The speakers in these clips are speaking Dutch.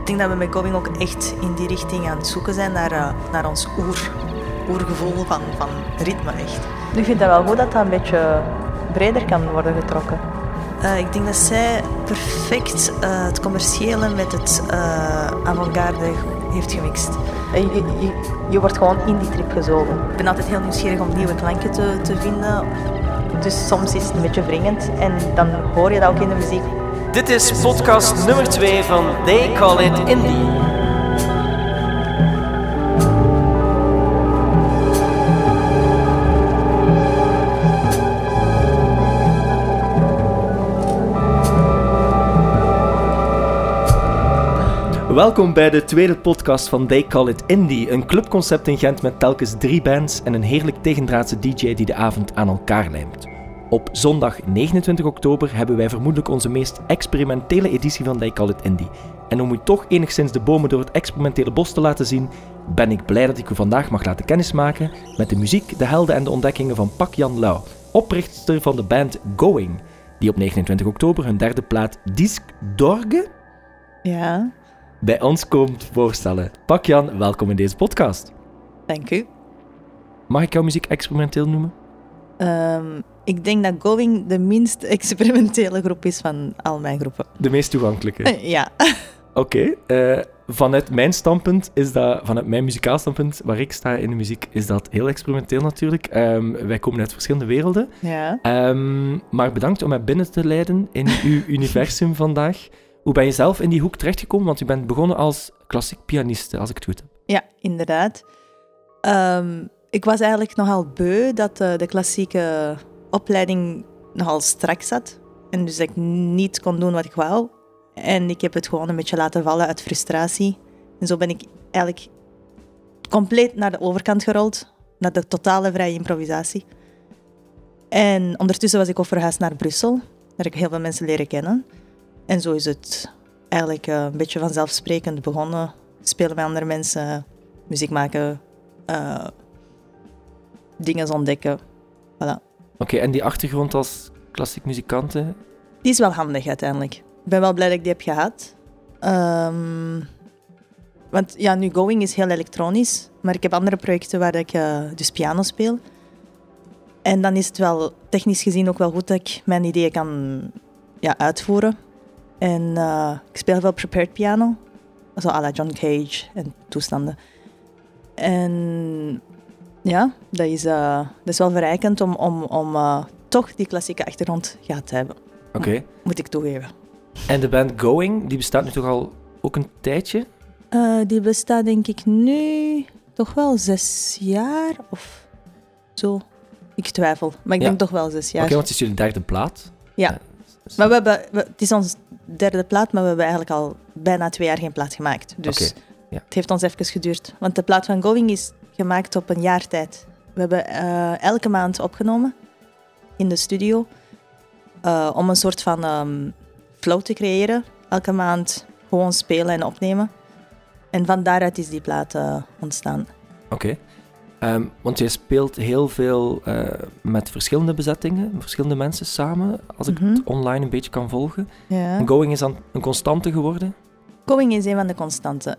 Ik denk dat we met Going ook echt in die richting aan het zoeken zijn naar ons oergevoel van ritme echt. Ik vind dat wel goed dat dat een beetje breder kan worden getrokken. Ik denk dat zij perfect het commerciële met het avant-garde heeft gemixt. Je wordt gewoon in die trip gezogen. Ik ben altijd heel nieuwsgierig om nieuwe klanken te vinden. Dus soms is het een beetje wringend en dan hoor je dat ook in de muziek. Dit is podcast nummer 2 van They Call It Indie. Welkom bij de tweede podcast van They Call It Indie, een clubconcept in Gent met telkens 3 bands en een heerlijk tegendraadse DJ die de avond aan elkaar lijmt. Op zondag 29 oktober hebben wij vermoedelijk onze meest experimentele editie van They Call It Indie. En om u toch enigszins de bomen door het experimentele bos te laten zien, ben ik blij dat ik u vandaag mag laten kennismaken met de muziek, de helden en de ontdekkingen van Pak Jan Lau, oprichter van de band Going, die op 29 oktober hun derde plaat Disque d'Orgue bij ons komt voorstellen. Pak Jan, welkom in deze podcast. Dank u. Mag ik jouw muziek experimenteel noemen? Ik denk dat Going de minst experimentele groep is van al mijn groepen. De meest toegankelijke? Ja. Oké. Vanuit mijn standpunt is dat, vanuit mijn muzikaal standpunt, waar ik sta in de muziek, is dat heel experimenteel natuurlijk. Wij komen uit verschillende werelden. Ja. Maar bedankt om mij binnen te leiden in uw universum vandaag. Hoe ben je zelf in die hoek terechtgekomen? Want je bent begonnen als klassiek pianiste, als ik het goed heb. Ja, inderdaad. Ik was eigenlijk nogal beu dat de klassieke opleiding nogal strak zat. En dus dat ik niet kon doen wat ik wou. En ik heb het gewoon een beetje laten vallen uit frustratie. En zo ben ik eigenlijk compleet naar de overkant gerold. Naar de totale vrije improvisatie. En ondertussen was ik ook verhuisd naar Brussel. Daar heb ik heel veel mensen leren kennen. En zo is het eigenlijk een beetje vanzelfsprekend begonnen. Spelen met andere mensen, muziek maken, dingen ontdekken. Voilà. Oké, en die achtergrond als klassiek muzikante? Die is wel handig uiteindelijk. Ik ben wel blij dat ik die heb gehad. Want ja, nu Going is heel elektronisch, maar ik heb andere projecten waar ik dus piano speel. En dan is het wel technisch gezien ook wel goed dat ik mijn ideeën kan uitvoeren. En ik speel veel prepared piano, zo à la John Cage en toestanden. En ja, dat is wel verrijkend om toch die klassieke achtergrond gehad te hebben. Oké. Moet ik toegeven. En de band Going, die bestaat nu toch al ook een tijdje? Die bestaat denk ik nu toch wel 6 jaar of zo. Ik twijfel, maar ik denk toch wel 6 jaar. Oké, want het is jullie derde plaat. Ja. Maar het is ons derde plaat, maar we hebben eigenlijk al bijna 2 jaar geen plaat gemaakt. Dus Het heeft ons even geduurd. Want de plaat van Going is gemaakt op een jaar tijd. We hebben elke maand opgenomen in de studio om een soort van flow te creëren. Elke maand gewoon spelen en opnemen. En van daaruit is die plaat ontstaan. Oké. Want jij speelt heel veel met verschillende bezettingen, verschillende mensen samen, als ik het online een beetje kan volgen. Ja. En Going is dan een constante geworden? Going is een van de constanten.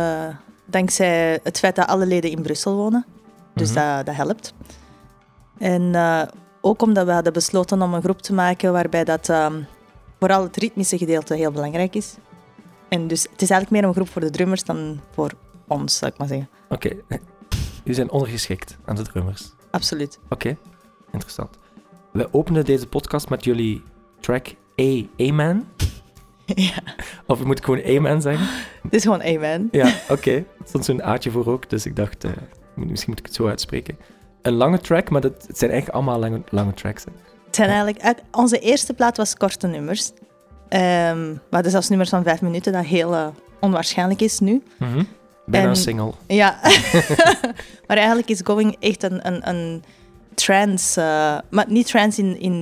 Dankzij het feit dat alle leden in Brussel wonen. Dus dat helpt. En ook omdat we hadden besloten om een groep te maken waarbij dat vooral het ritmische gedeelte heel belangrijk is. En dus het is eigenlijk meer een groep voor de drummers dan voor ons, zou ik maar zeggen. Oké. Jullie zijn ondergeschikt aan de drummers. Absoluut. Oké, interessant. We openen deze podcast met jullie track Amen. Ja. Of moet ik gewoon Amen zeggen? Het is gewoon Amen. Ja, oké. Er stond zo'n A'tje voor ook, dus ik dacht, misschien moet ik het zo uitspreken. Een lange track, maar het zijn eigenlijk allemaal lange tracks. Hè. Het zijn eigenlijk... Onze eerste plaat was korte nummers. We hadden zelfs nummers van 5 minuten, dat heel onwaarschijnlijk is nu. Bijna een single. Ja. Maar eigenlijk is Going echt een trance. Maar niet trance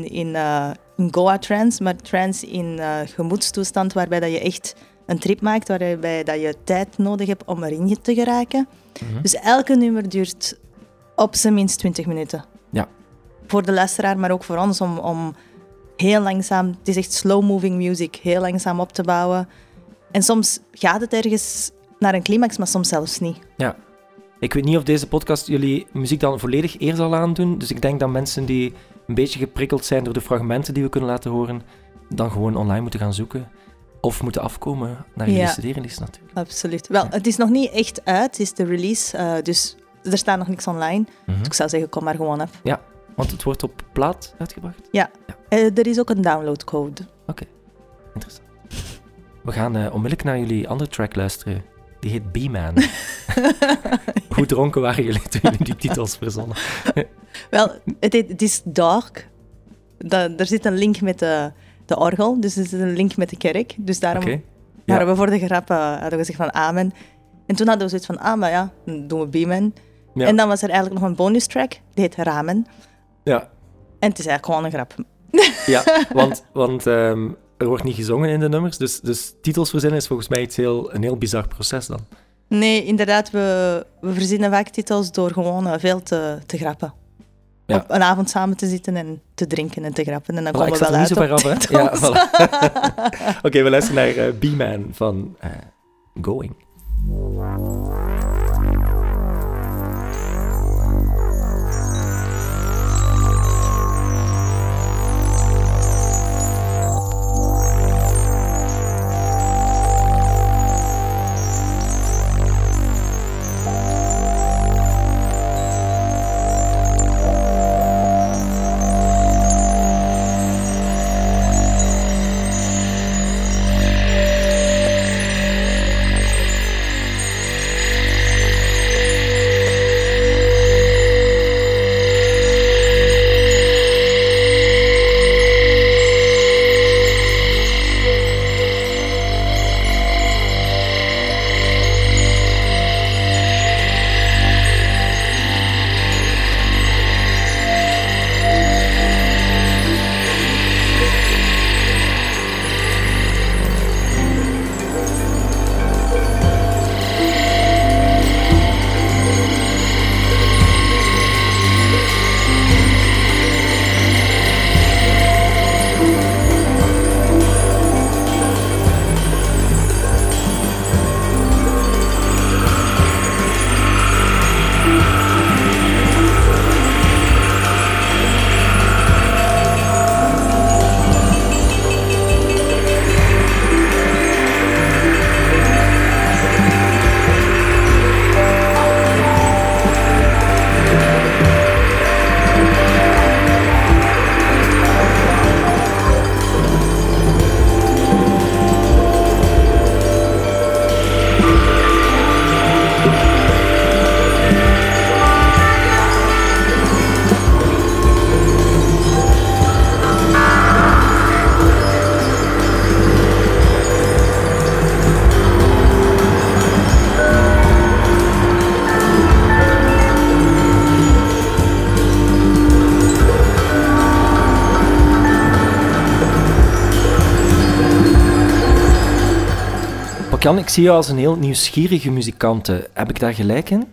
in Goa-trance, maar trance in gemoedstoestand, waarbij dat je echt een trip maakt, waarbij dat je tijd nodig hebt om erin te geraken. Dus elke nummer duurt op zijn minst 20 minuten. Ja. Voor de luisteraar, maar ook voor ons, om heel langzaam... Het is echt slow-moving music, heel langzaam op te bouwen. En soms gaat het ergens naar een climax, maar soms zelfs niet. Ja. Ik weet niet of deze podcast jullie muziek dan volledig eer zal aandoen. Dus ik denk dat mensen die een beetje geprikkeld zijn door de fragmenten die we kunnen laten horen, dan gewoon online moeten gaan zoeken. Of moeten afkomen naar jullie CD-release natuurlijk. Absoluut. Wel, het is nog niet echt uit. Het is de release, dus er staat nog niks online. Dus ik zou zeggen, kom maar gewoon af. Ja, want het wordt op plaat uitgebracht? Ja. Er is ook een downloadcode. Oké, interessant. We gaan onmiddellijk naar jullie andere track luisteren. Die heet B-Man. Hoe dronken waren jullie toen jullie die titels verzonnen? Wel, het is dark. Er zit een link met de orgel, dus er zit een link met de kerk. Dus daarom waren we voor de grap hadden we gezegd van amen. En toen hadden we zoiets van, maar ja, dan doen we B-Man. Ja. En dan was er eigenlijk nog een bonus track, die heet Ramen. Ja. En het is eigenlijk gewoon een grap. Ja, want er wordt niet gezongen in de nummers, dus titels verzinnen is volgens mij een heel bizar proces dan. Nee, inderdaad, we verzinnen vaak titels door gewoon veel te grappen. Ja. Op een avond samen te zitten en te drinken en te grappen. En dan komen we wel uit op titels. Ja, voilà. Oké, we luisteren naar B-Man van Going. Jan, ik zie jou als een heel nieuwsgierige muzikante. Heb ik daar gelijk in?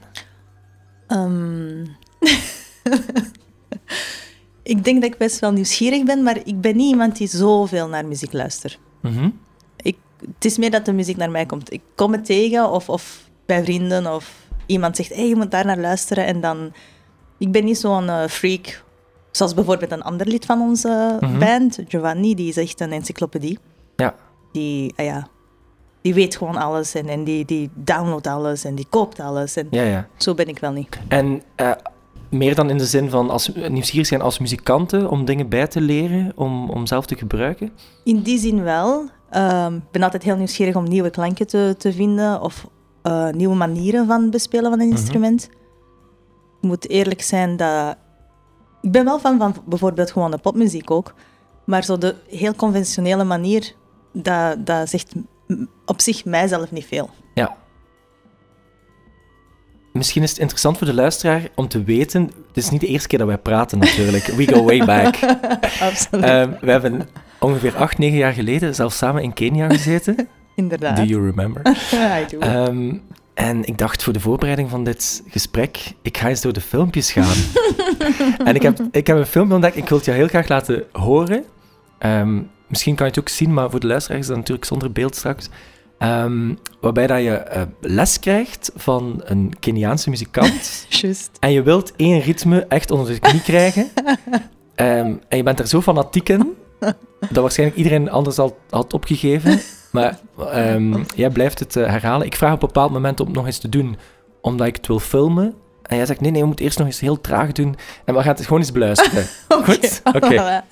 Ik denk dat ik best wel nieuwsgierig ben, maar ik ben niet iemand die zoveel naar muziek luistert. Mm-hmm. Het is meer dat de muziek naar mij komt. Ik kom het tegen of bij vrienden of iemand zegt, hey, je moet daar naar luisteren. En dan... Ik ben niet zo'n freak, zoals bijvoorbeeld een ander lid van onze band, Giovanni, die is echt een encyclopedie. Ja. Die weet gewoon alles en die downloadt alles en die koopt alles. En ja. Zo ben ik wel niet. En meer dan in de zin van nieuwsgierig zijn als muzikanten om dingen bij te leren, om zelf te gebruiken? In die zin wel. Ik ben altijd heel nieuwsgierig om nieuwe klanken te vinden of nieuwe manieren van bespelen van een instrument. Ik moet eerlijk zijn dat... Ik ben wel van bijvoorbeeld gewoon de popmuziek ook, maar zo de heel conventionele manier, dat zegt op zich mijzelf niet veel. Ja. Misschien is het interessant voor de luisteraar om te weten... Het is niet de eerste keer dat wij praten natuurlijk. We go way back. Absoluut. We hebben ongeveer 8-9 jaar geleden zelfs samen in Kenia gezeten. Inderdaad. Do you remember? I do. En ik dacht voor de voorbereiding van dit gesprek, ik ga eens door de filmpjes gaan. En ik heb een film ontdekt, ik wil het jou heel graag laten horen. Misschien kan je het ook zien, maar voor de luisteraars is dat natuurlijk zonder beeld straks. Waarbij dat je les krijgt van een Keniaanse muzikant. Juist. En je wilt 1 ritme echt onder de knie krijgen. En je bent er zo fanatiek in, dat waarschijnlijk iedereen anders al had opgegeven. Maar jij blijft het herhalen. Ik vraag op een bepaald moment om het nog eens te doen, omdat ik het wil filmen. En jij zegt, nee, we moeten eerst nog eens heel traag doen. En we gaan het gewoon eens beluisteren. Goed? Oké.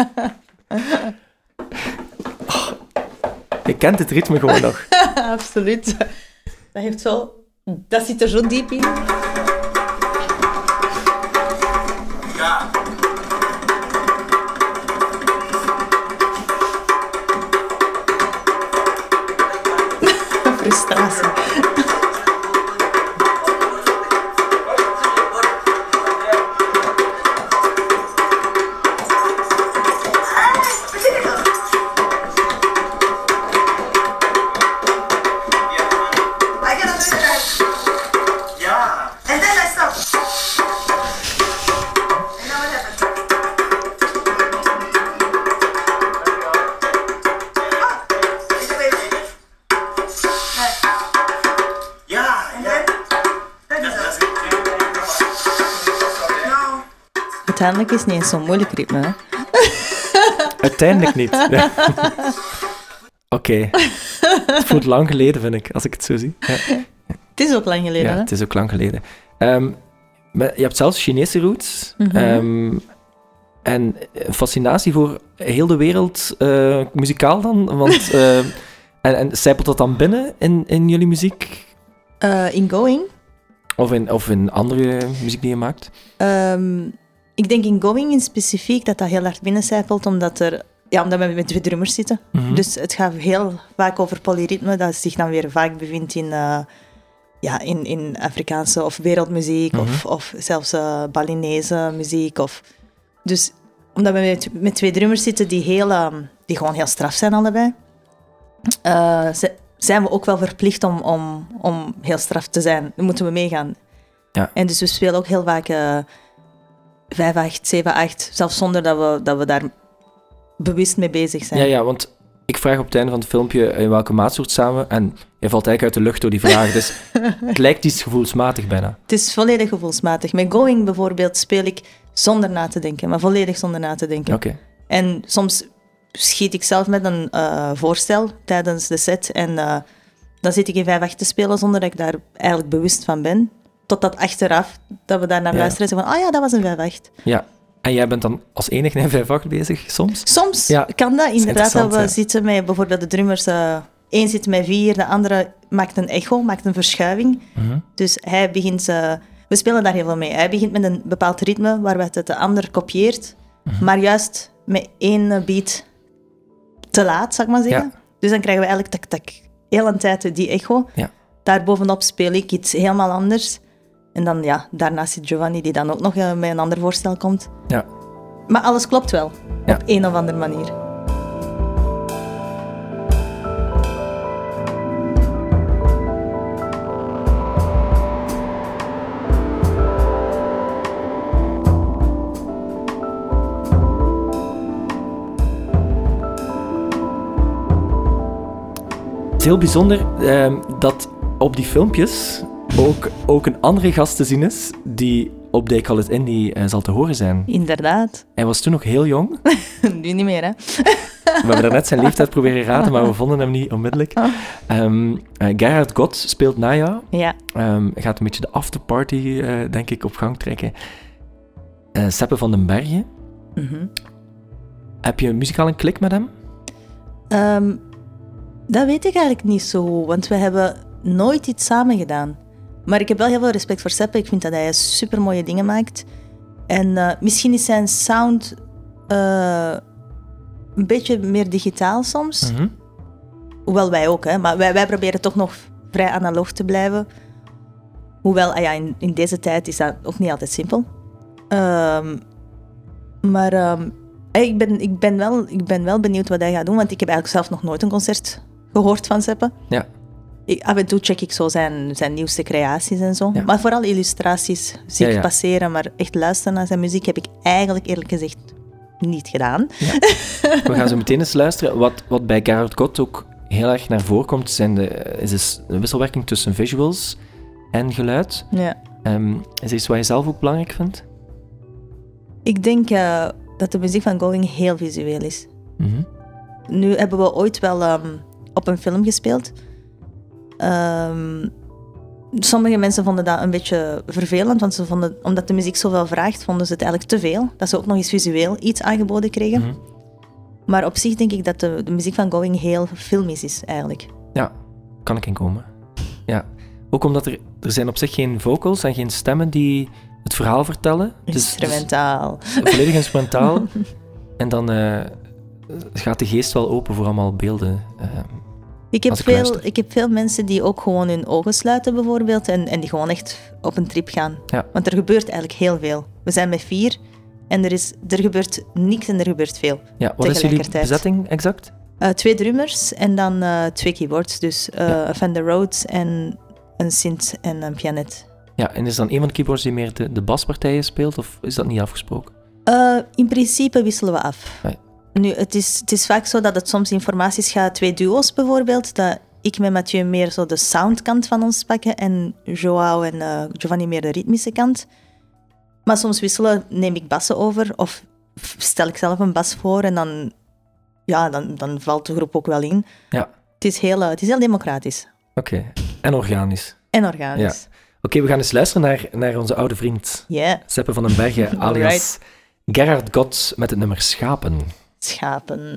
Oh, je kent het ritme gewoon nog. Absoluut. Dat zit er zo diep in. Ja. Frustratie. Uiteindelijk is het niet eens zo'n moeilijk ritme, hè? Uiteindelijk niet. Ja. Oké. Het voelt lang geleden, vind ik, als ik het zo zie. Ja. Het is ook lang geleden, Ja, hè? het is ook lang geleden. Maar je hebt zelfs Chinese roots. Mhm. En een fascinatie voor heel de wereld muzikaal dan? Want, en zijpelt dat dan binnen in jullie muziek? In Going? Of in andere muziek die je maakt? Ik denk in Going in specifiek dat heel hard binnencijpelt, omdat we met 2 drummers zitten. Mhm. Dus het gaat heel vaak over polyritme, dat zich dan weer vaak bevindt in Afrikaanse of wereldmuziek, of zelfs Balinese muziek. Dus omdat we met 2 drummers zitten die gewoon heel straf zijn allebei, zijn we ook wel verplicht om heel straf te zijn. Dan moeten we meegaan. Ja. En dus we spelen ook heel vaak 5/8, 7/8, zelfs zonder dat we daar bewust mee bezig zijn. Ja, want ik vraag op het einde van het filmpje in welke maatsoort samen, en je valt eigenlijk uit de lucht door die vraag, dus het lijkt iets gevoelsmatig bijna. Het is volledig gevoelsmatig. Met Going bijvoorbeeld speel ik zonder na te denken, maar volledig zonder na te denken. Oké. En soms schiet ik zelf met een voorstel tijdens de set en dan zit ik in 5/8 te spelen zonder dat ik daar eigenlijk bewust van ben. Totdat achteraf, dat we daar naar luisteren en zeggen van, dat was een 5/8. Ja, en jij bent dan als enige in 5/8 bezig, soms? Soms Ja, kan dat inderdaad, dat we ja. zitten met bijvoorbeeld de drummers, één zit met 4, de andere maakt een echo, maakt een verschuiving. Mhm. Dus hij begint, we spelen daar heel veel mee. Hij begint met een bepaald ritme waarbij het de ander kopieert, maar juist met 1 beat te laat, zou ik maar zeggen. Ja. Dus dan krijgen we eigenlijk tak, heel een tijd die echo. Ja. Daarbovenop speel ik iets helemaal anders. En dan, daarnaast zit Giovanni, die dan ook nog met een ander voorstel komt. Ja. Maar alles klopt wel, Ja. op een of andere manier. Het is heel bijzonder dat op die filmpjes ook een andere gast te zien is die op They Call It Indie zal te horen zijn. Inderdaad. Hij was toen nog heel jong. Nu niet meer, hè. We hebben daarnet zijn leeftijd proberen raden, maar we vonden hem niet onmiddellijk. Gerhard Gott speelt na jou. Ja. Gaat een beetje de afterparty, denk ik, op gang trekken. Seppe van den Bergen. Mhm. Heb je muzikaal een klik met hem? Dat weet ik eigenlijk niet zo, want we hebben nooit iets samen gedaan. Maar ik heb wel heel veel respect voor Seppe. Ik vind dat hij super mooie dingen maakt. En misschien is zijn sound een beetje meer digitaal soms. Mhm. Hoewel wij ook, hè. Maar wij proberen toch nog vrij analoog te blijven. Hoewel, in deze tijd is dat ook niet altijd simpel. Ik ben wel benieuwd wat hij gaat doen, want ik heb eigenlijk zelf nog nooit een concert gehoord van Seppe. Ja. Af en toe check ik zo zijn nieuwste creaties en zo. Ja. Maar vooral illustraties zie ik Ja. passeren, maar echt luisteren naar zijn muziek heb ik eigenlijk eerlijk gezegd niet gedaan. We gaan zo meteen eens luisteren. Wat bij Gerhard Gott ook heel erg naar voren komt, is de wisselwerking tussen visuals en geluid. Ja. Is iets wat je zelf ook belangrijk vindt? Ik denk dat de muziek van Going heel visueel is. Mhm. Nu hebben we ooit wel op een film gespeeld. Sommige mensen vonden dat een beetje vervelend, want omdat de muziek zoveel vraagt, vonden ze het eigenlijk te veel. Dat ze ook nog eens visueel iets aangeboden kregen. Mhm. Maar op zich denk ik dat de muziek van Going heel filmisch is, eigenlijk. Ja, kan ik inkomen. Ja. Ook omdat er zijn op zich geen vocals en geen stemmen die het verhaal vertellen. Instrumentaal. Dus volledig instrumentaal. En dan gaat de geest wel open voor allemaal beelden. Ik heb veel mensen die ook gewoon hun ogen sluiten, bijvoorbeeld, en die gewoon echt op een trip gaan. Ja. Want er gebeurt eigenlijk heel veel. We zijn met 4 en er gebeurt niks en er gebeurt veel. Ja, wat is jullie bezetting exact? 2 drummers en dan 2 keyboards. Dus een Fender Rhodes en een synth en een pianet. Ja, en is dan een van de keyboards die meer de baspartijen speelt, of is dat niet afgesproken? In principe wisselen we af. Nee. Nu, het is vaak zo dat het soms in formaties gaat, 2 duo's bijvoorbeeld, dat ik met Mathieu meer zo de soundkant van ons pakken en Joao en Giovanni meer de ritmische kant. Maar soms wisselen, neem ik bassen over of stel ik zelf een bas voor en dan valt de groep ook wel in. Ja. Het is heel democratisch. Oké. En organisch. En organisch. Ja. Oké, we gaan eens luisteren naar onze oude vriend Yeah. Seppe van den Berge, alias Gerhard Gotts met het nummer Schapen. Schapen.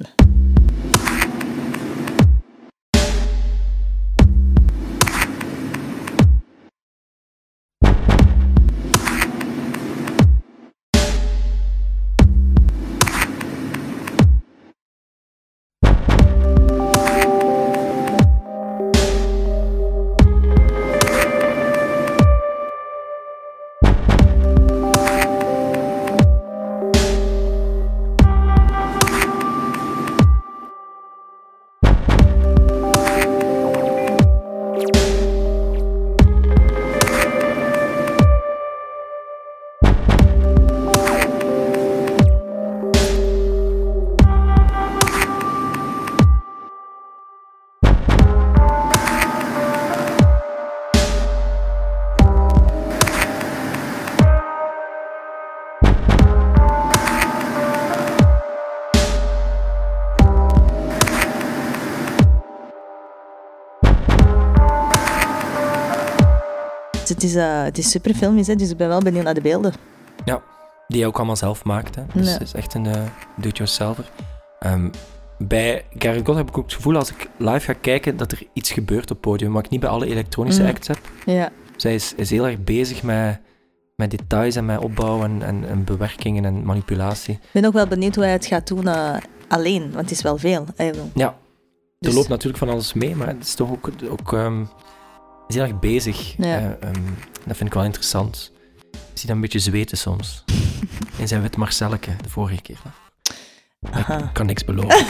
Het is super filmisch, dus ik ben wel benieuwd naar de beelden. Ja, die je ook allemaal zelf maakt. Hè. Dus het is echt een do-it-yourselfer. Bij Gerhard Gotts heb ik ook het gevoel, als ik live ga kijken, dat er iets gebeurt op het podium, wat ik niet bij alle elektronische acts heb. Ja. Zij is heel erg bezig met details en met opbouw en bewerkingen en manipulatie. Ik ben ook wel benieuwd hoe hij het gaat doen alleen, want het is wel veel. Ja, Dus- er loopt natuurlijk van alles mee, maar het is toch ook is heel erg bezig. Ja. Dat vind ik wel interessant. Ik zie dat een beetje zweten soms. In zijn wit Marcelleke, de vorige keer. Ik kan niks beloven.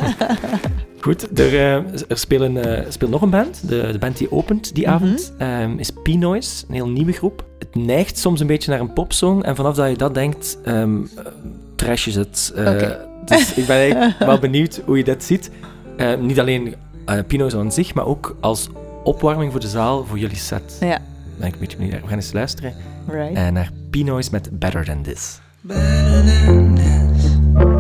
Goed, er speelt nog een band. De band die opent die avond is P-Noise, een heel nieuwe groep. Het neigt soms een beetje naar een popsong en vanaf dat je dat denkt, trash je het. Dus ik ben eigenlijk wel benieuwd hoe je dat ziet. Niet alleen P-Noise aan zich, maar ook als opwarming voor de zaal, voor jullie set. Ja. Ben ik een beetje benieuwd. We gaan eens luisteren Right. naar P-Noise met Better Than This. Better than this.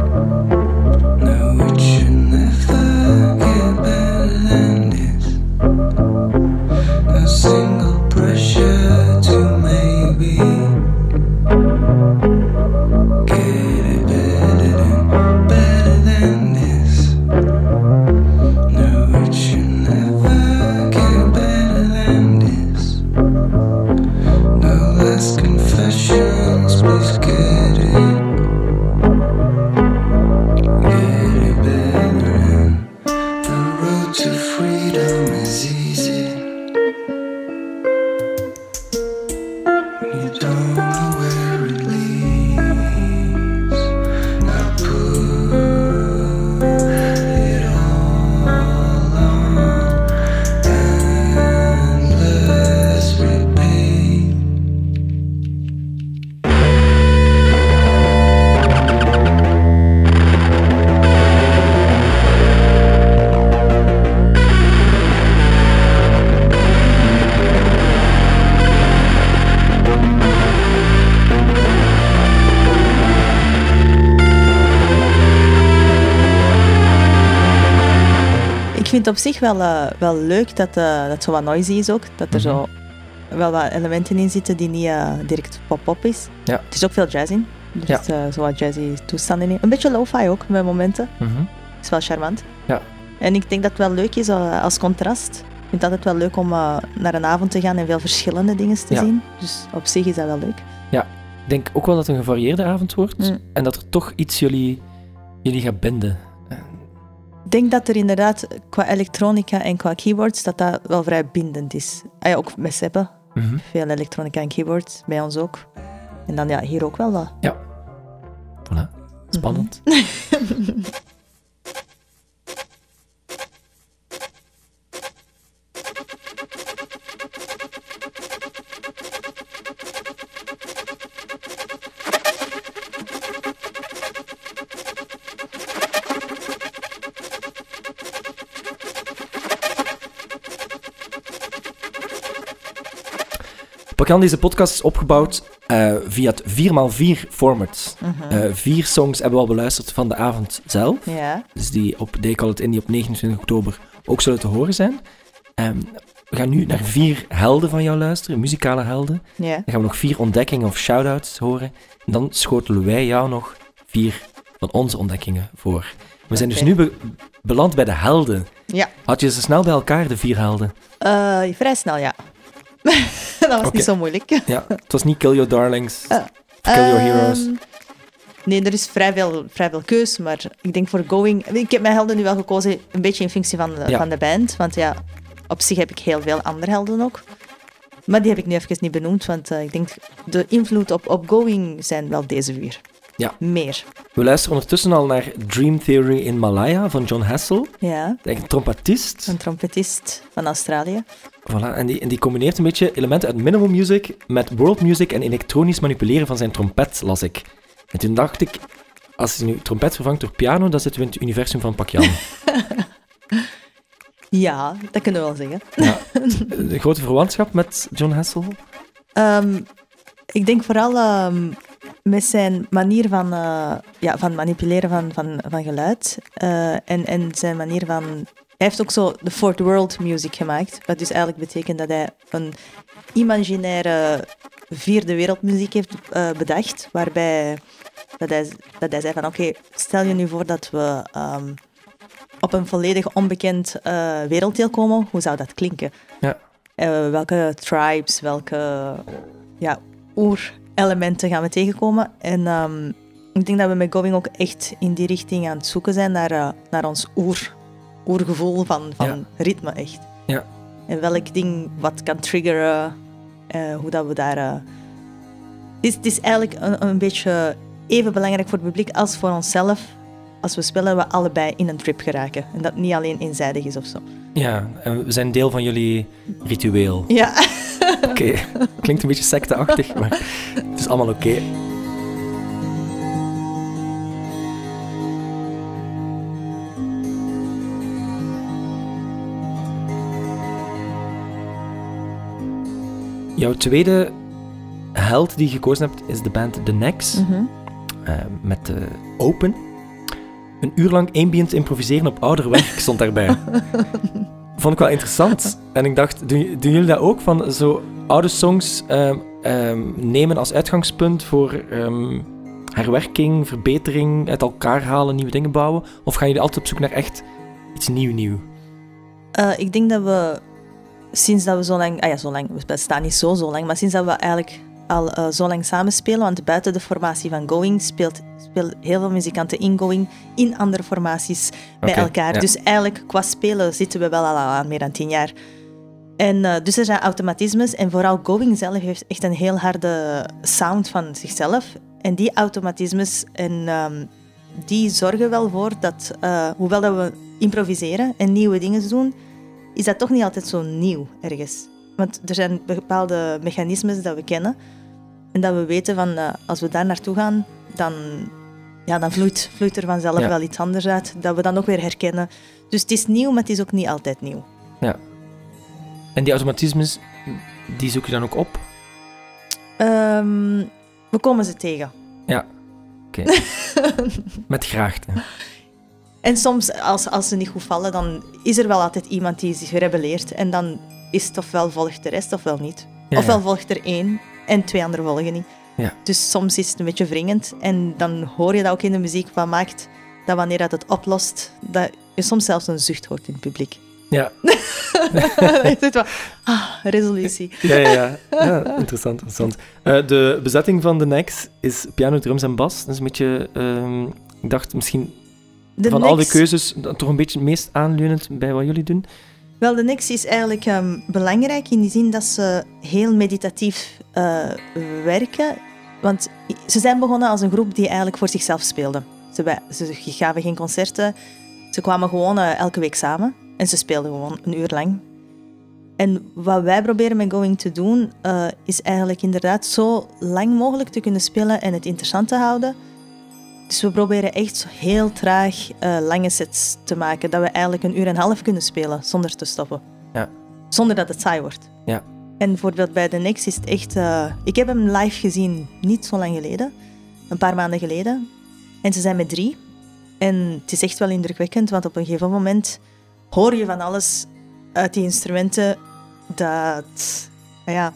No, it should never get better than this. No single pressure to maybe get it better than this. No, it should never get better than this. No less confessions, please get it. Ik vind het op zich wel leuk dat het zo wat noisy is ook. Dat er zo wel wat elementen in zitten die niet direct pop-pop is. Ja. Er is ook veel jazz in. Dus zo wat jazzy toestanden in. Een beetje lo-fi ook, met momenten. Is wel charmant. Ja. En ik denk dat het wel leuk is als contrast. Ik vind het altijd wel leuk om naar een avond te gaan en veel verschillende dingen te zien. Dus op zich is dat wel leuk. Ja, ik denk ook wel dat het een gevarieerde avond wordt. En dat er toch iets jullie gaat binden. Ik denk dat er inderdaad qua elektronica en qua keyboards dat wel vrij bindend is. Ook met Seppe. Veel elektronica en keyboards, bij ons ook. En dan hier ook wel wat. Ja. Voilà. Spannend. Pakjan, deze podcast is opgebouwd via het 4x4 format. 4 songs hebben we al beluisterd van de avond zelf. Ja. Dus die op They Call It Indie op 29 oktober ook zullen te horen zijn. We gaan nu naar 4 helden van jou luisteren, muzikale helden. Ja. Dan gaan we nog 4 ontdekkingen of shout-outs horen. En dan schotelen wij jou nog 4 van onze ontdekkingen voor. We zijn dus nu beland bij de helden. Ja. Had je ze snel bij elkaar, de 4 helden? Vrij snel, ja. Dat was niet zo moeilijk. Ja, het was niet Kill Your Darlings, Kill Your Heroes. Nee, er is vrij veel keus, maar ik denk voor Going... Ik heb mijn helden nu wel gekozen, een beetje in functie van de band, want ja, op zich heb ik heel veel andere helden ook. Maar die heb ik nu even niet benoemd, want ik denk de invloed op Going zijn wel deze 4. Ja. Meer. We luisteren ondertussen al naar Dream Theory in Malaya van John Hassel. Ja. Een trompetist. Een trompetist van Australië. Voilà, en die combineert een beetje elementen uit minimal music met world music en elektronisch manipuleren van zijn trompet, las ik. En toen dacht ik, als je nu trompet vervangt door piano, dan zitten we in het universum van Pakjan. Ja, dat kunnen we wel zeggen. Ja. Een grote verwantschap met John Hassel? Ik denk vooral met zijn manier van manipuleren van geluid en zijn manier van... Hij heeft ook zo de Fourth World music gemaakt, wat dus eigenlijk betekent dat hij een imaginaire vierde wereldmuziek heeft bedacht, waarbij dat hij zei van oké, stel je nu voor dat we op een volledig onbekend werelddeel komen, hoe zou dat klinken? Ja. Welke tribes, welke oerelementen gaan we tegenkomen? En ik denk dat we met Going ook echt in die richting aan het zoeken zijn naar ons oergevoel van ritme, echt. Ja. En welk ding wat kan triggeren, hoe dat we daar... Het is eigenlijk een beetje even belangrijk voor het publiek als voor onszelf. Als we spelen, we allebei in een trip geraken. En dat niet alleen eenzijdig is of zo. Ja, en we zijn deel van jullie ritueel. Ja. Oké, klinkt een beetje secteachtig, maar het is allemaal oké. Jouw tweede held die je gekozen hebt is de band The Nex. Met Open. Een uur lang ambient improviseren op ouder werk stond daarbij. Vond ik wel interessant. En ik dacht, doen jullie dat ook? Van zo oude songs nemen als uitgangspunt voor herwerking, verbetering, uit elkaar halen, nieuwe dingen bouwen? Of gaan jullie altijd op zoek naar echt iets nieuw? Ik denk dat we, sinds dat we zo lang... we bestaan niet zo lang, maar sinds dat we eigenlijk al zo lang samenspelen, want buiten de formatie van Going spelen heel veel muzikanten in Going in andere formaties bij elkaar. Ja. Dus eigenlijk qua spelen zitten we wel al aan meer dan 10 jaar. En dus er zijn automatismes en vooral Going zelf heeft echt een heel harde sound van zichzelf. En die automatismes die zorgen wel voor dat, hoewel dat we improviseren en nieuwe dingen doen, is dat toch niet altijd zo nieuw ergens. Want er zijn bepaalde mechanismes dat we kennen en dat we weten van als we daar naartoe gaan, dan vloeit er vanzelf wel iets anders uit, dat we dan ook weer herkennen. Dus het is nieuw, maar het is ook niet altijd nieuw. Ja. En die automatismes, die zoek je dan ook op? We komen ze tegen. Ja, oké. Met graagte. En soms, als ze niet goed vallen, dan is er wel altijd iemand die zich rebelleert. En dan is het ofwel volgt de rest, ofwel niet. Ja, Ofwel ja. volgt er 1 en 2 anderen volgen niet. Ja. Dus soms is het een beetje wringend. En dan hoor je dat ook in de muziek, wat maakt dat wanneer dat het oplost, dat je soms zelfs een zucht hoort in het publiek. Ja. Je zit wel, resolutie. Ja, interessant. De bezetting van de Next is piano, drums en bas. Dat is een beetje, ik dacht misschien van al die keuzes toch een beetje het meest aanleunend bij wat jullie doen. Wel, de Next is eigenlijk belangrijk in die zin dat ze heel meditatief werken. Want ze zijn begonnen als een groep die eigenlijk voor zichzelf speelde. Ze gaven geen concerten. Ze kwamen gewoon elke week samen. En ze speelden gewoon een uur lang. En wat wij proberen met Going to doen, is eigenlijk inderdaad zo lang mogelijk te kunnen spelen en het interessant te houden. Dus we proberen echt zo heel traag lange sets te maken, dat we eigenlijk 1 uur en een half kunnen spelen zonder te stoppen. Ja. Zonder dat het saai wordt. Ja. En bijvoorbeeld bij de Next is het echt... ik heb hem live gezien, niet zo lang geleden. Een paar maanden geleden. En ze zijn met 3. En het is echt wel indrukwekkend, want op een gegeven moment hoor je van alles uit die instrumenten dat... uit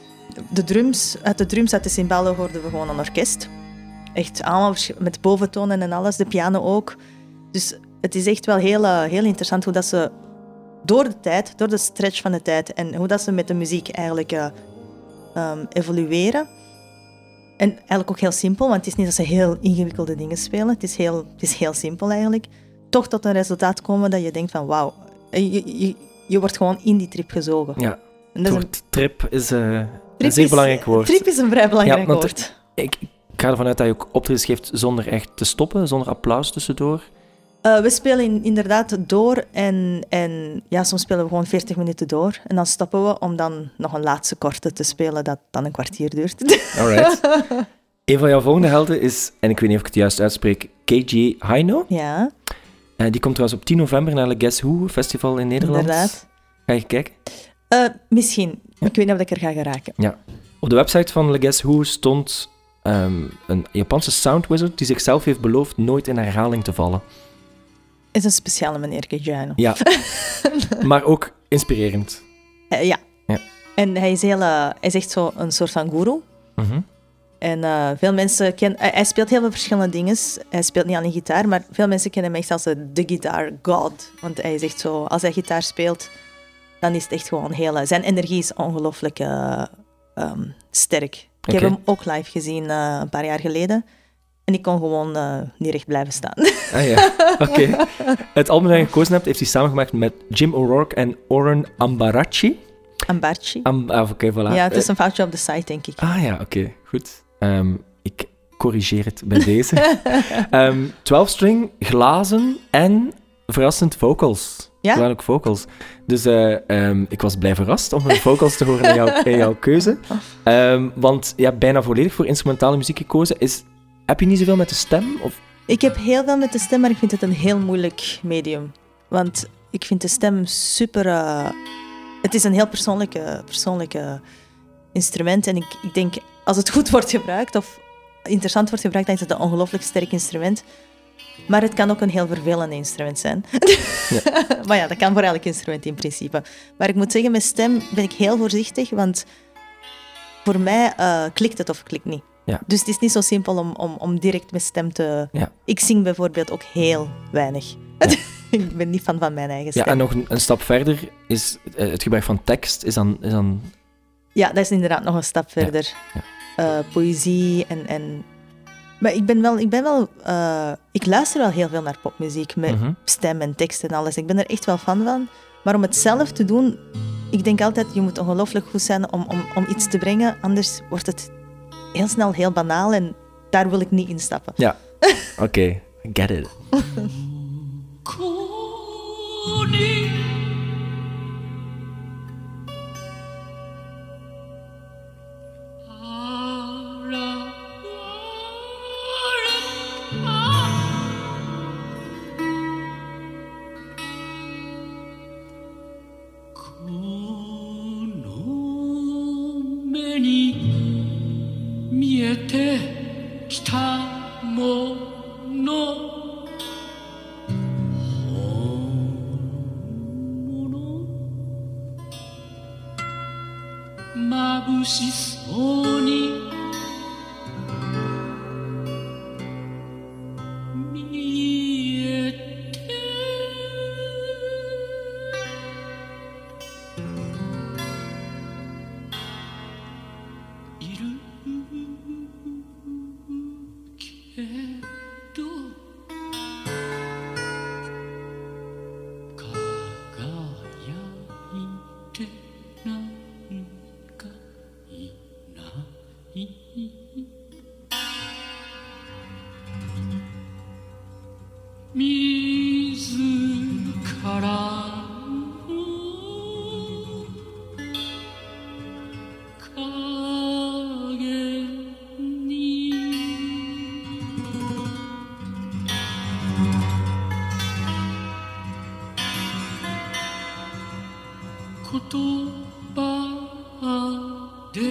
de drums, uit de cymbalen hoorden we gewoon een orkest. Echt allemaal met boventonen en alles, de piano ook. Dus het is echt wel heel interessant hoe dat ze door de tijd, door de stretch van de tijd en hoe dat ze met de muziek eigenlijk evolueren. En eigenlijk ook heel simpel, want het is niet dat ze heel ingewikkelde dingen spelen. Het is heel simpel eigenlijk. Toch tot een resultaat komen dat je denkt van wauw, je wordt gewoon in die trip gezogen. Ja, En dat is het trip is een zeer belangrijk woord. Trip is een vrij belangrijk woord. Ik ga ervan uit dat je ook optredens geeft zonder echt te stoppen, zonder applaus tussendoor. We spelen inderdaad door en soms spelen we gewoon 40 minuten door. En dan stoppen we om dan nog een laatste korte te spelen dat dan een kwartier duurt. Alright. Een van jouw volgende helden is, en ik weet niet of ik het juist uitspreek, KG Haino. Ja. Die komt trouwens op 10 november naar Le Guess Who Festival in Nederland. Inderdaad. Ga je kijken? Misschien. Ja. Ik weet niet of ik er ga geraken. Ja. Op de website van Le Guess Who stond een Japanse sound wizard die zichzelf heeft beloofd nooit in herhaling te vallen. Is een speciale meneer, Keijano. Ja, maar ook inspirerend. Ja. En hij is echt zo een soort van guru. Mm-hmm. En veel mensen kennen... Hij speelt heel veel verschillende dingen. Hij speelt niet alleen gitaar, maar veel mensen kennen hem echt als de guitar god. Want hij is echt zo... Als hij gitaar speelt, dan is het echt gewoon heel... Zijn energie is ongelooflijk sterk. Ik heb hem ook live gezien een paar jaar geleden. En ik kon gewoon niet recht blijven staan. Ah ja, oké. Het album dat je gekozen hebt, heeft hij samengemaakt met Jim O'Rourke en Oren Ambaracci. Ambarci. Oké, voilà. Ja, het is een foutje op de site, denk ik. Ah ja, oké, goed. Ik corrigeer het bij deze. 12-string, glazen en verrassend vocals. Ja? Ook vocals. Dus ik was blij verrast om de vocals te horen in jouw keuze. Want je hebt bijna volledig voor instrumentale muziek gekozen. Heb je niet zoveel met de stem? Of? Ik heb heel veel met de stem, maar ik vind het een heel moeilijk medium. Want ik vind de stem super... het is een heel persoonlijke instrument. En ik denk, als het goed wordt gebruikt, of interessant wordt gebruikt, dan is het een ongelooflijk sterk instrument. Maar het kan ook een heel vervelend instrument zijn. Ja. Maar ja, dat kan voor elk instrument in principe. Maar ik moet zeggen, met stem ben ik heel voorzichtig, want voor mij klikt het of klikt niet. Ja. Dus het is niet zo simpel om direct met stem te... Ja. Ik zing bijvoorbeeld ook heel weinig. Ja. Ik ben niet van mijn eigen stem. Ja, en nog een stap verder is het gebruik van tekst is dan... Ja, dat is inderdaad nog een stap verder. Ja. Ja. Poëzie en... Maar ik luister wel heel veel naar popmuziek met stem en tekst en alles. Ik ben er echt wel fan van. Maar om het zelf te doen, ik denk altijd, je moet ongelooflijk goed zijn om iets te brengen. Anders wordt het heel snel heel banaal en daar wil ik niet in stappen. Ja, oké. Get it. 眩しそうに見えているけど輝いてなんかいない自ら影に言葉で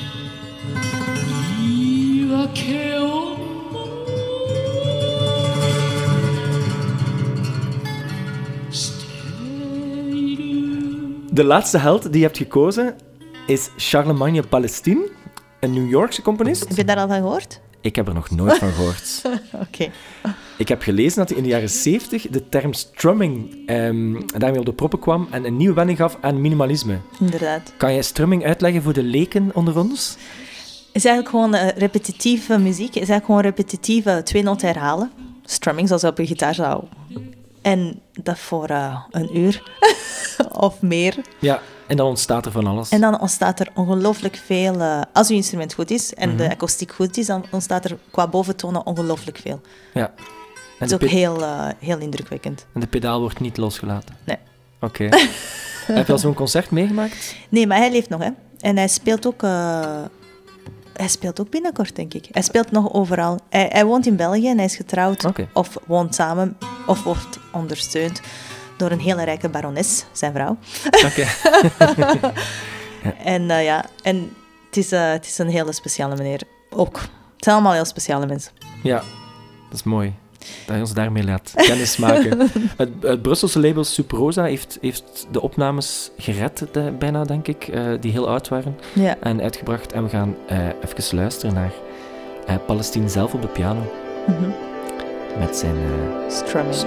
言い訳をしている De laatste held die je hebt gekozen is Charlemagne Palestine, een New Yorkse componist. Heb je daar al van gehoord? Ik heb er nog nooit van gehoord. Oké. Ik heb gelezen dat hij in de jaren 70 de term strumming daarmee op de proppen kwam en een nieuwe wending gaf aan minimalisme. Inderdaad. Kan jij strumming uitleggen voor de leken onder ons? Het is eigenlijk gewoon repetitieve muziek. Het is eigenlijk gewoon repetitieve 2 noten herhalen. Strumming, zoals je op je gitaar zou. En dat voor een uur of meer. Ja, en dan ontstaat er van alles. En dan ontstaat er ongelooflijk veel... als je instrument goed is en de akoestiek goed is, dan ontstaat er qua boventonen ongelooflijk veel. Ja. Het is ook heel indrukwekkend. En de pedaal wordt niet losgelaten? Nee. Oké. Heb je al zo'n concert meegemaakt? Nee, maar hij leeft nog, hè. En hij speelt ook... Hij speelt ook binnenkort, denk ik. Hij speelt nog overal. Hij woont in België en hij is getrouwd. Oké. Of woont samen, of wordt ondersteund door een hele rijke barones, zijn vrouw. Oké. En en het is een hele speciale meneer. Ook. Het zijn allemaal heel speciale mensen. Ja, dat is mooi. Dat je ons daarmee laat kennis maken. Het Brusselse label Suprosa heeft de opnames gered, bijna, denk ik, die heel oud waren. Ja. En uitgebracht. En we gaan even luisteren naar Palestine zelf op de piano. Mhm. Met zijn Strumming.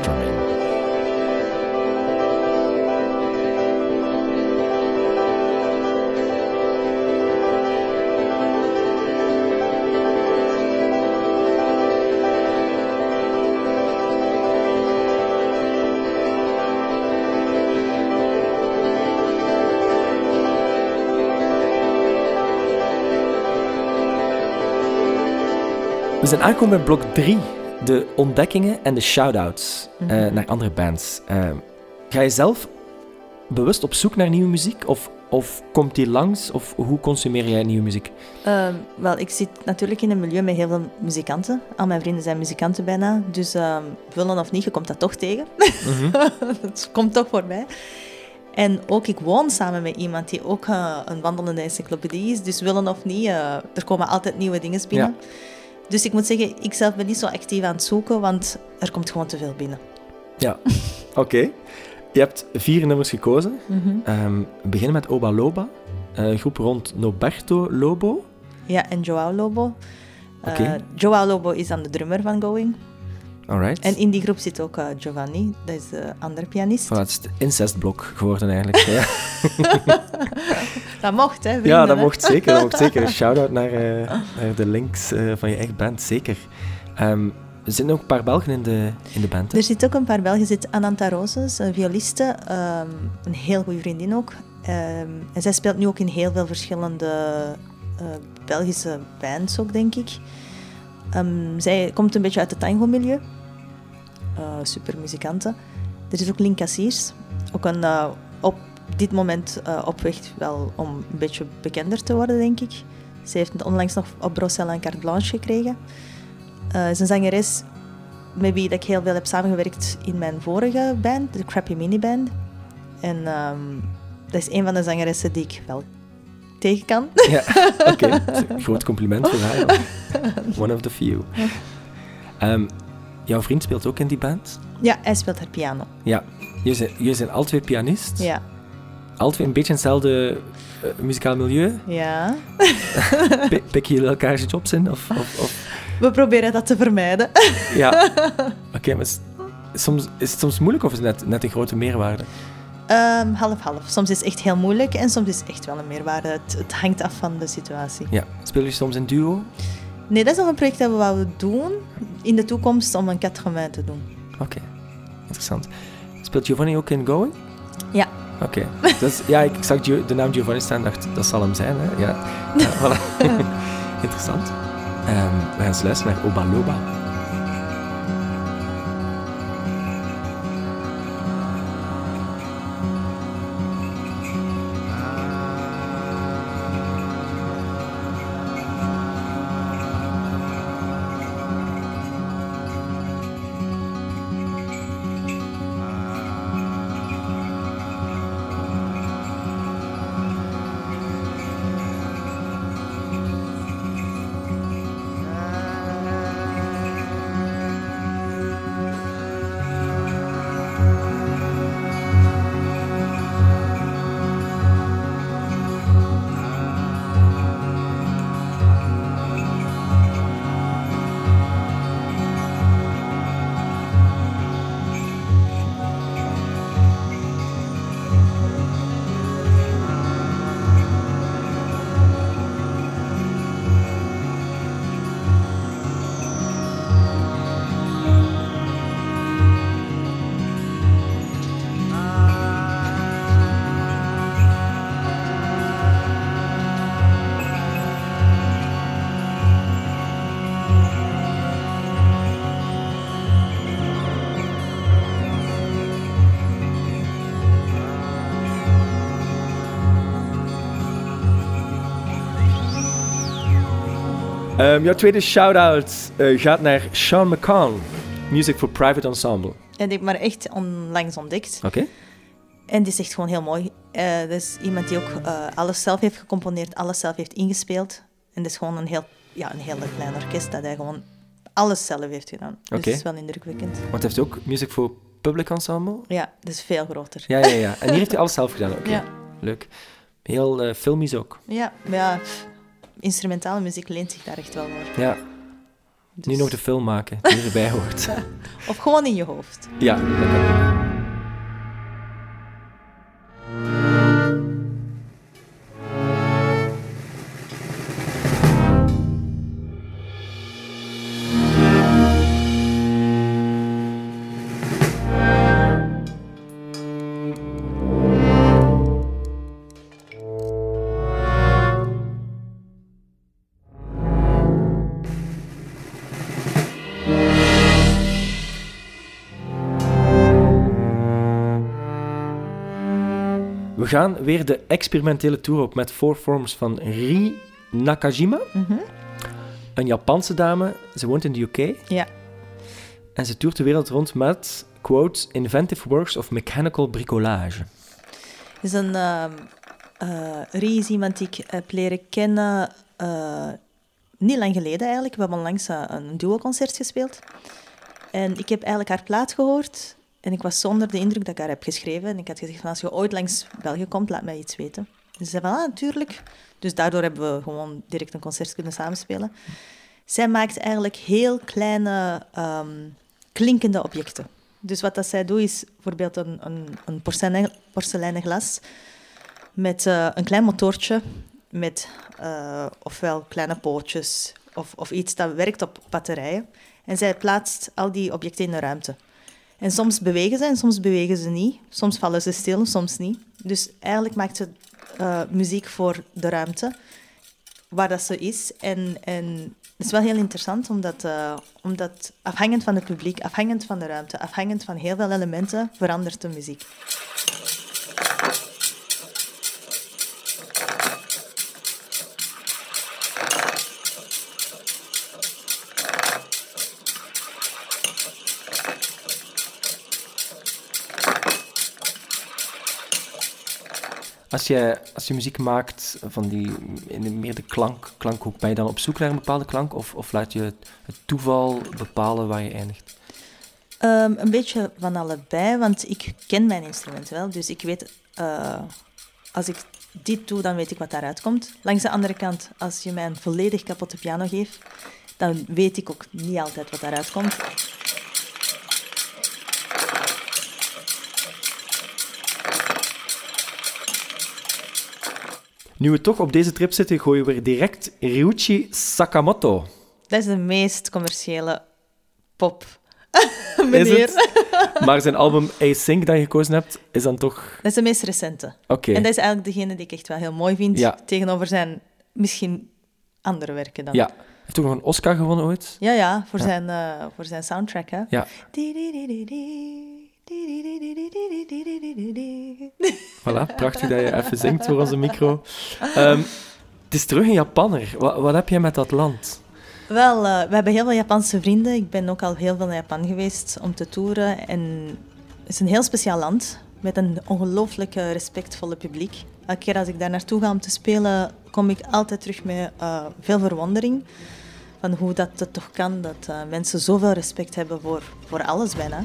We zijn aangekomen bij blok 3. De ontdekkingen en de shout-outs naar andere bands. Ga je zelf bewust op zoek naar nieuwe muziek? Of komt die langs? Of hoe consumeer jij nieuwe muziek? Wel, ik zit natuurlijk in een milieu met heel veel muzikanten. Al mijn vrienden zijn muzikanten bijna. Dus willen of niet, je komt dat toch tegen. Het komt toch voorbij. En ook, ik woon samen met iemand die ook een wandelende encyclopedie is. Dus willen of niet, er komen altijd nieuwe dingen binnen. Ja. Dus ik moet zeggen, ik zelf ben niet zo actief aan het zoeken, want er komt gewoon te veel binnen. Ja, oké. Je hebt 4 nummers gekozen. We beginnen met Oba Loba, een groep rond Noberto Lobo. Ja, en Joao Lobo. Okay. Joao Lobo is dan de drummer van Going. Alright. En in die groep zit ook Giovanni, dat is de andere pianist. Het is het incestblok geworden eigenlijk. Ja. Dat mocht, hè? Vrienden, ja, dat mocht zeker. Shout-out naar de links van je eigen band, zeker. Er zitten ook een paar Belgen in de band. Hè? Er zitten ook een paar Belgen. Er zit Ananta Roses, een violiste, een heel goede vriendin ook. En zij speelt nu ook in heel veel verschillende Belgische bands ook, denk ik. Zij komt een beetje uit het tango-milieu. Super muzikanten. Er is ook Link Cassiers. Ook op dit moment op weg wel om een beetje bekender te worden, denk ik. Ze heeft onlangs nog op Brussels een carte blanche gekregen. Ze is een zangeres met wie ik heel veel heb samengewerkt in mijn vorige band, de Crappy Mini Band. En dat is een van de zangeressen die ik wel tegen kan. Ja, oké. Groot compliment voor haar. One of the few. Jouw vriend speelt ook in die band? Ja, hij speelt haar piano. Ja. Jullie zijn alle twee pianist? Ja. Alle twee een beetje in hetzelfde muzikaal milieu. Ja. Pikken jullie elkaar jobs in? Of? We proberen dat te vermijden. Ja. Oké, maar is het soms moeilijk of is het net een grote meerwaarde? Half-half. Soms is het echt heel moeilijk en soms is het echt wel een meerwaarde. Het hangt af van de situatie. Ja. Spelen jullie soms in duo? Nee, dat is nog een project dat we wouden doen in de toekomst om een quatre-mains te doen. Oké. Interessant. Speelt Giovanni ook in Going? Ja. Oké. Dus, ja, ik zag de naam Giovanni staan en dacht, dat zal hem zijn. Hè? Ja. Voilà. Interessant. We gaan eens luisteren naar Oba Loba. Jouw tweede shout-out gaat naar Sean McCann, Music for Private Ensemble. En die heb ik maar echt onlangs ontdekt. Oké. En die is echt gewoon heel mooi. Dat is iemand die ook alles zelf heeft gecomponeerd, alles zelf heeft ingespeeld. En dat is gewoon een heel klein orkest dat hij gewoon alles zelf heeft gedaan. Dus Oké. dat is wel indrukwekkend. Want hij heeft ook Music for Public Ensemble? Ja, dat is veel groter. Ja. En hier heeft hij alles zelf gedaan, oké. Ja. Leuk. Heel filmisch ook. Ja, instrumentale muziek leent zich daar echt wel voor. Ja. Dus- Nu nog de film maken, die erbij hoort. Of gewoon in je hoofd. Ja, dat kan ook. We gaan weer de experimentele tour op met 4 Forms van Rie Nakajima. Een Japanse dame. Ze woont in de UK. Ja. En ze toert de wereld rond met, quote, inventive works of mechanical bricolage. Dus Rie is iemand die ik heb leren kennen niet lang geleden eigenlijk. We hebben onlangs een duo-concert gespeeld. En ik heb eigenlijk haar plaat gehoord. En ik was zo onder de indruk dat ik haar heb geschreven. En ik had gezegd, van, als je ooit langs België komt, laat mij iets weten. En ze zei van, natuurlijk. Dus daardoor hebben we gewoon direct een concert kunnen samenspelen. Zij maakt eigenlijk heel kleine klinkende objecten. Dus wat dat zij doet is bijvoorbeeld een porseleinen glas met een klein motortje met ofwel kleine pootjes of iets dat werkt op batterijen. En zij plaatst al die objecten in de ruimte. En soms bewegen ze en soms bewegen ze niet. Soms vallen ze stil, soms niet. Dus eigenlijk maakt ze muziek voor de ruimte, waar dat ze is. En het is wel heel interessant, omdat afhangend van het publiek, afhangend van de ruimte, afhangend van heel veel elementen, verandert de muziek. Als je muziek maakt van die in meer de klankhoek, ben je dan op zoek naar een bepaalde klank of laat je het toeval bepalen waar je eindigt? Een beetje van allebei, want ik ken mijn instrument wel, dus ik weet als ik dit doe, dan weet ik wat daaruit komt. Langs de andere kant, als je mij een volledig kapotte piano geeft, dan weet ik ook niet altijd wat daaruit komt. Nu we toch op deze trip zitten, gooien we er direct Ryuichi Sakamoto. Dat is de meest commerciële pop, Is meneer. het? Maar zijn album Async dat je gekozen hebt, is dan toch... Dat is de meest recente. Oké. En dat is eigenlijk degene die ik echt wel heel mooi vind, Ja. tegenover zijn misschien andere werken dan. Ja. Hij heeft ook nog een Oscar gewonnen ooit. Ja, voor zijn soundtrack, hè. Ja. Voilà, prachtig dat je even zingt voor onze micro. Het is terug een Japanner. Wat heb jij met dat land? Wel, we hebben heel veel Japanse vrienden. Ik ben ook al heel veel naar Japan geweest om te toeren. En het is een heel speciaal land met een ongelooflijk respectvolle publiek. Elke keer als ik daar naartoe ga om te spelen, kom ik altijd terug met veel verwondering. Van hoe dat het toch kan dat mensen zoveel respect hebben voor alles bijna.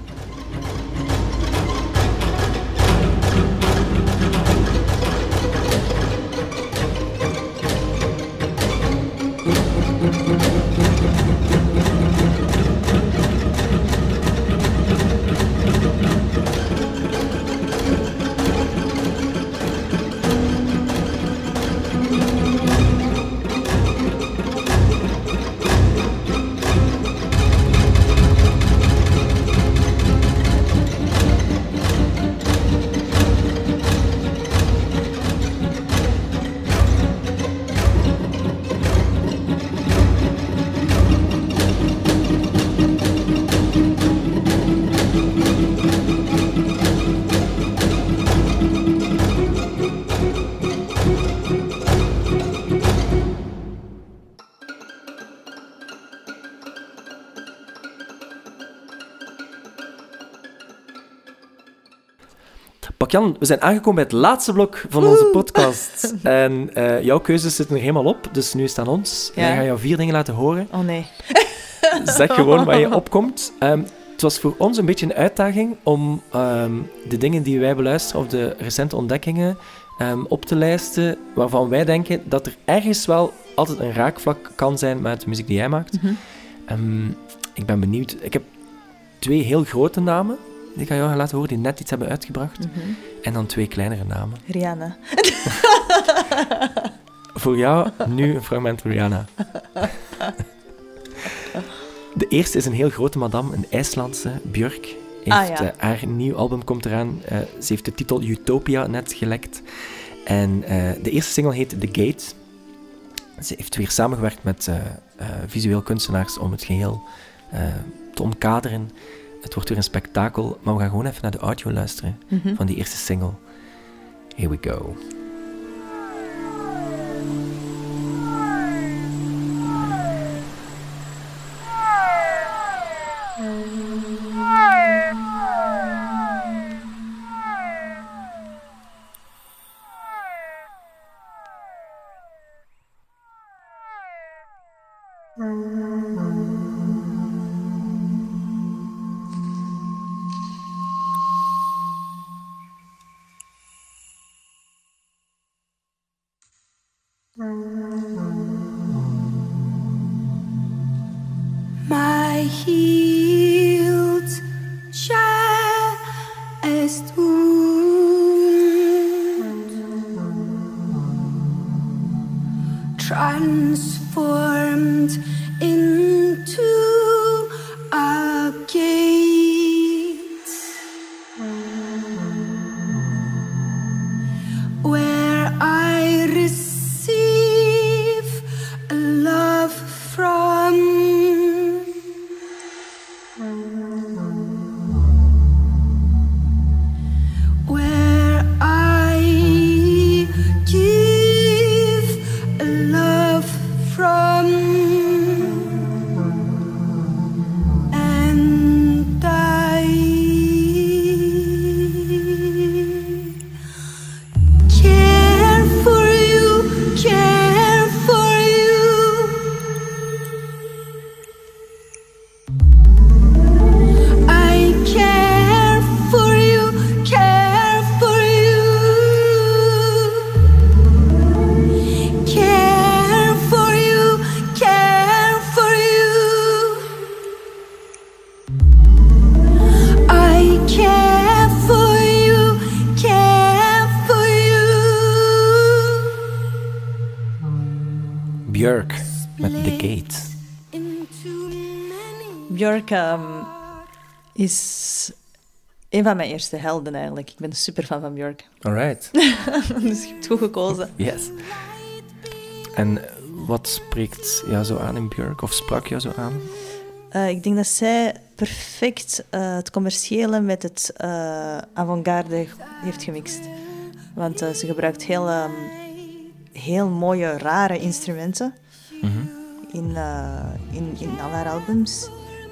Bakjan, we zijn aangekomen bij het laatste blok van onze podcast. En jouw keuzes zitten er helemaal op, dus nu is het aan ons. Ja. Wij gaan jou 4 dingen laten horen. Oh nee. Zeg gewoon waar je opkomt. Het was voor ons een beetje een uitdaging om de dingen die wij beluisteren, of de recente ontdekkingen, op te lijsten, waarvan wij denken dat er ergens wel altijd een raakvlak kan zijn met de muziek die jij maakt. Ik ben benieuwd. Ik heb 2 heel grote namen die ik aan jou ga laten horen, die net iets hebben uitgebracht. En dan 2 kleinere namen. Rihanna. Voor jou nu een fragment van Rihanna. De eerste is een heel grote madame, een IJslandse, Björk. Haar nieuw album komt eraan. Ze heeft de titel Utopia net gelekt. En de eerste single heet The Gate. Ze heeft weer samengewerkt met visueel kunstenaars om het geheel te omkaderen. Het wordt weer een spektakel, maar we gaan gewoon even naar de audio luisteren van die eerste single. Here we go. My healed chest wound transformed into a gate where I receive love from. Where I give love from. Björk met The Gate. Björk is een van mijn eerste helden eigenlijk. Ik ben een super fan van Björk. Alright. Dus je hebt goed gekozen. Yes. En wat spreekt jou zo aan in Björk? Of sprak jou zo aan? Ik denk dat zij perfect het commerciële met het avant-garde heeft gemixt. Want ze gebruikt heel mooie, rare instrumenten in al haar albums.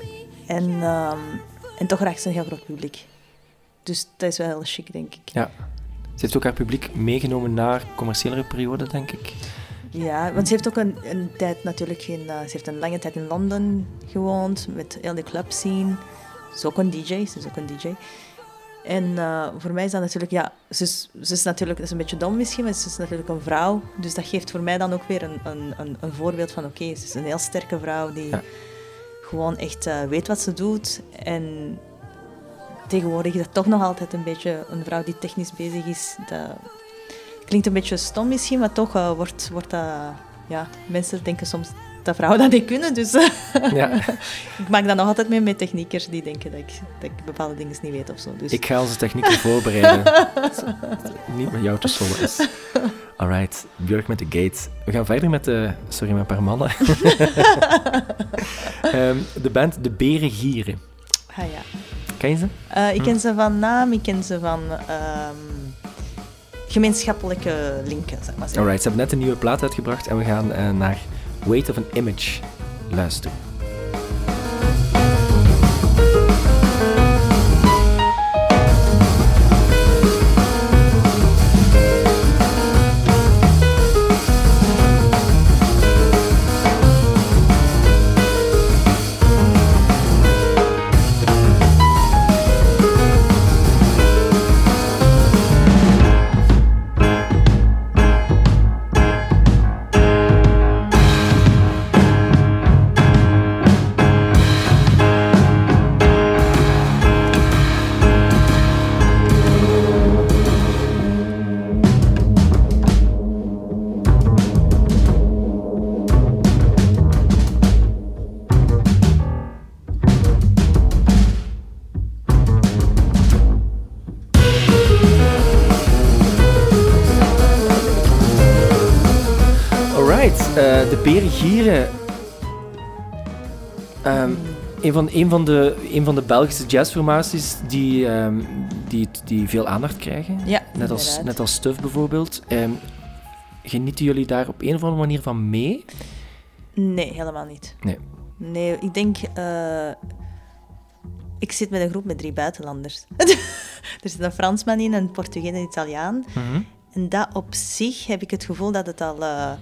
En toch raakt ze een heel groot publiek. Dus dat is wel heel chic, denk ik. Ja. Ze heeft ook haar publiek meegenomen naar commerciëlere periode, denk ik. Ja, want ze heeft ook een tijd natuurlijk ze heeft een lange tijd in Londen gewoond, met heel de club scene. Ze is ook een DJ. En voor mij is dat natuurlijk, ja, ze is natuurlijk, dat is een beetje dom misschien, maar ze is natuurlijk een vrouw. Dus dat geeft voor mij dan ook weer een voorbeeld van, oké, ze is een heel sterke vrouw die gewoon echt weet wat ze doet. En tegenwoordig is dat toch nog altijd een beetje een vrouw die technisch bezig is. Dat klinkt een beetje stom misschien, maar toch wordt dat... Ja, mensen denken soms dat vrouwen dat niet kunnen, dus... Ja. Ik maak dat nog altijd mee met techniekers die denken dat ik bepaalde dingen niet weet of zo. Dus. Ik ga onze technieken voorbereiden. Niet met jou te sollen is. Alright, Björk met The Gate. We gaan verder met met een paar mannen. De band De Beren Gieren. Ah ja. Ken je ze? Ik ken ze van naam, ik ken ze van gemeenschappelijke linken, zeg maar zeggen. Alright, ze hebben net een nieuwe plaat uitgebracht en we gaan naar Weight of an Image luisteren. De Beren Gieren. Een van de Belgische jazzformaties die veel aandacht krijgen. Ja, net als Stuff bijvoorbeeld. Genieten jullie daar op een of andere manier van mee? Nee, helemaal niet. Nee, ik denk... ik zit met een groep met 3 buitenlanders. Er zit een Fransman in, een Portugees en een Italiaan. Mm-hmm. En dat op zich heb ik het gevoel dat het al...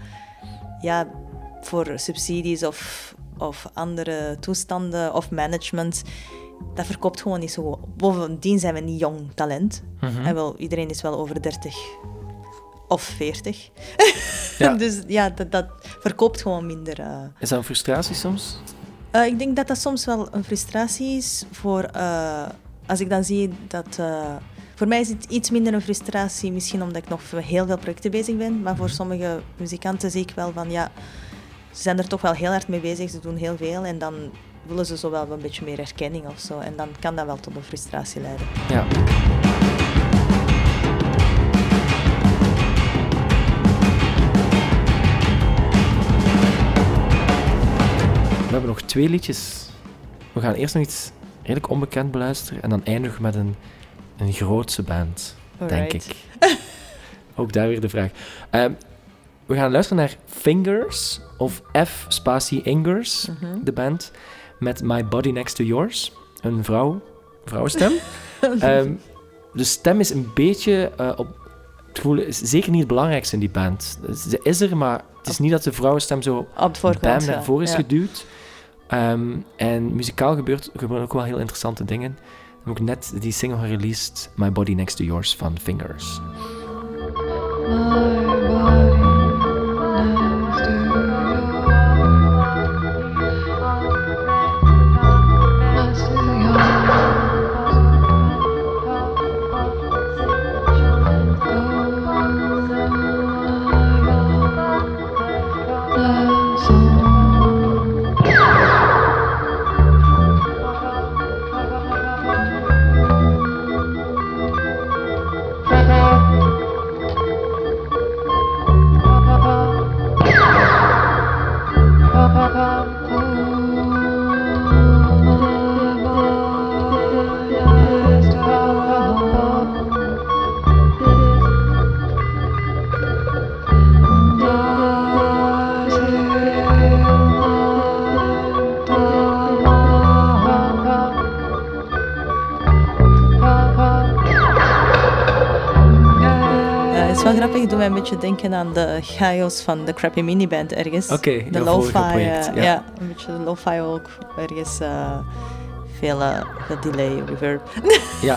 voor subsidies of andere toestanden of management, dat verkoopt gewoon niet zo. Bovendien zijn we niet jong talent. Mm-hmm. En iedereen is wel over 30 of 40. Ja. Dus ja, dat verkoopt gewoon minder. Is dat een frustratie soms? Ik denk dat dat soms wel een frustratie is voor... als ik dan zie dat... voor mij is het iets minder een frustratie, misschien omdat ik nog heel veel projecten bezig ben. Maar voor sommige muzikanten zie ik wel van, ja, ze zijn er toch wel heel hard mee bezig, ze doen heel veel. En dan willen ze zo wel een beetje meer erkenning of zo. En dan kan dat wel tot een frustratie leiden. Ja. We hebben nog 2 liedjes. We gaan eerst nog iets redelijk onbekend beluisteren en dan eindigen met een grootse band, denk ik. Ook daar weer de vraag. We gaan luisteren naar Fingers, of F spatie Ingers, de band, met My Body Next to Yours. Een vrouwenstem. De stem is een beetje op... Het gevoel is zeker niet het belangrijkste in die band. Ze is er, maar het is niet dat de vrouwenstem zo bam naar voren is geduwd. En muzikaal gebeuren ook wel heel interessante dingen. We hebben ook net die single gereleased, My Body Next to Yours van Fingers. My is wel grappig. Het doet mij een beetje denken aan de chaos van de Crappy Miniband ergens. Oké, de jouw lo-fi. vorige project. Ja, een beetje de lo-fi ook. Ergens veel delay, reverb. Ja.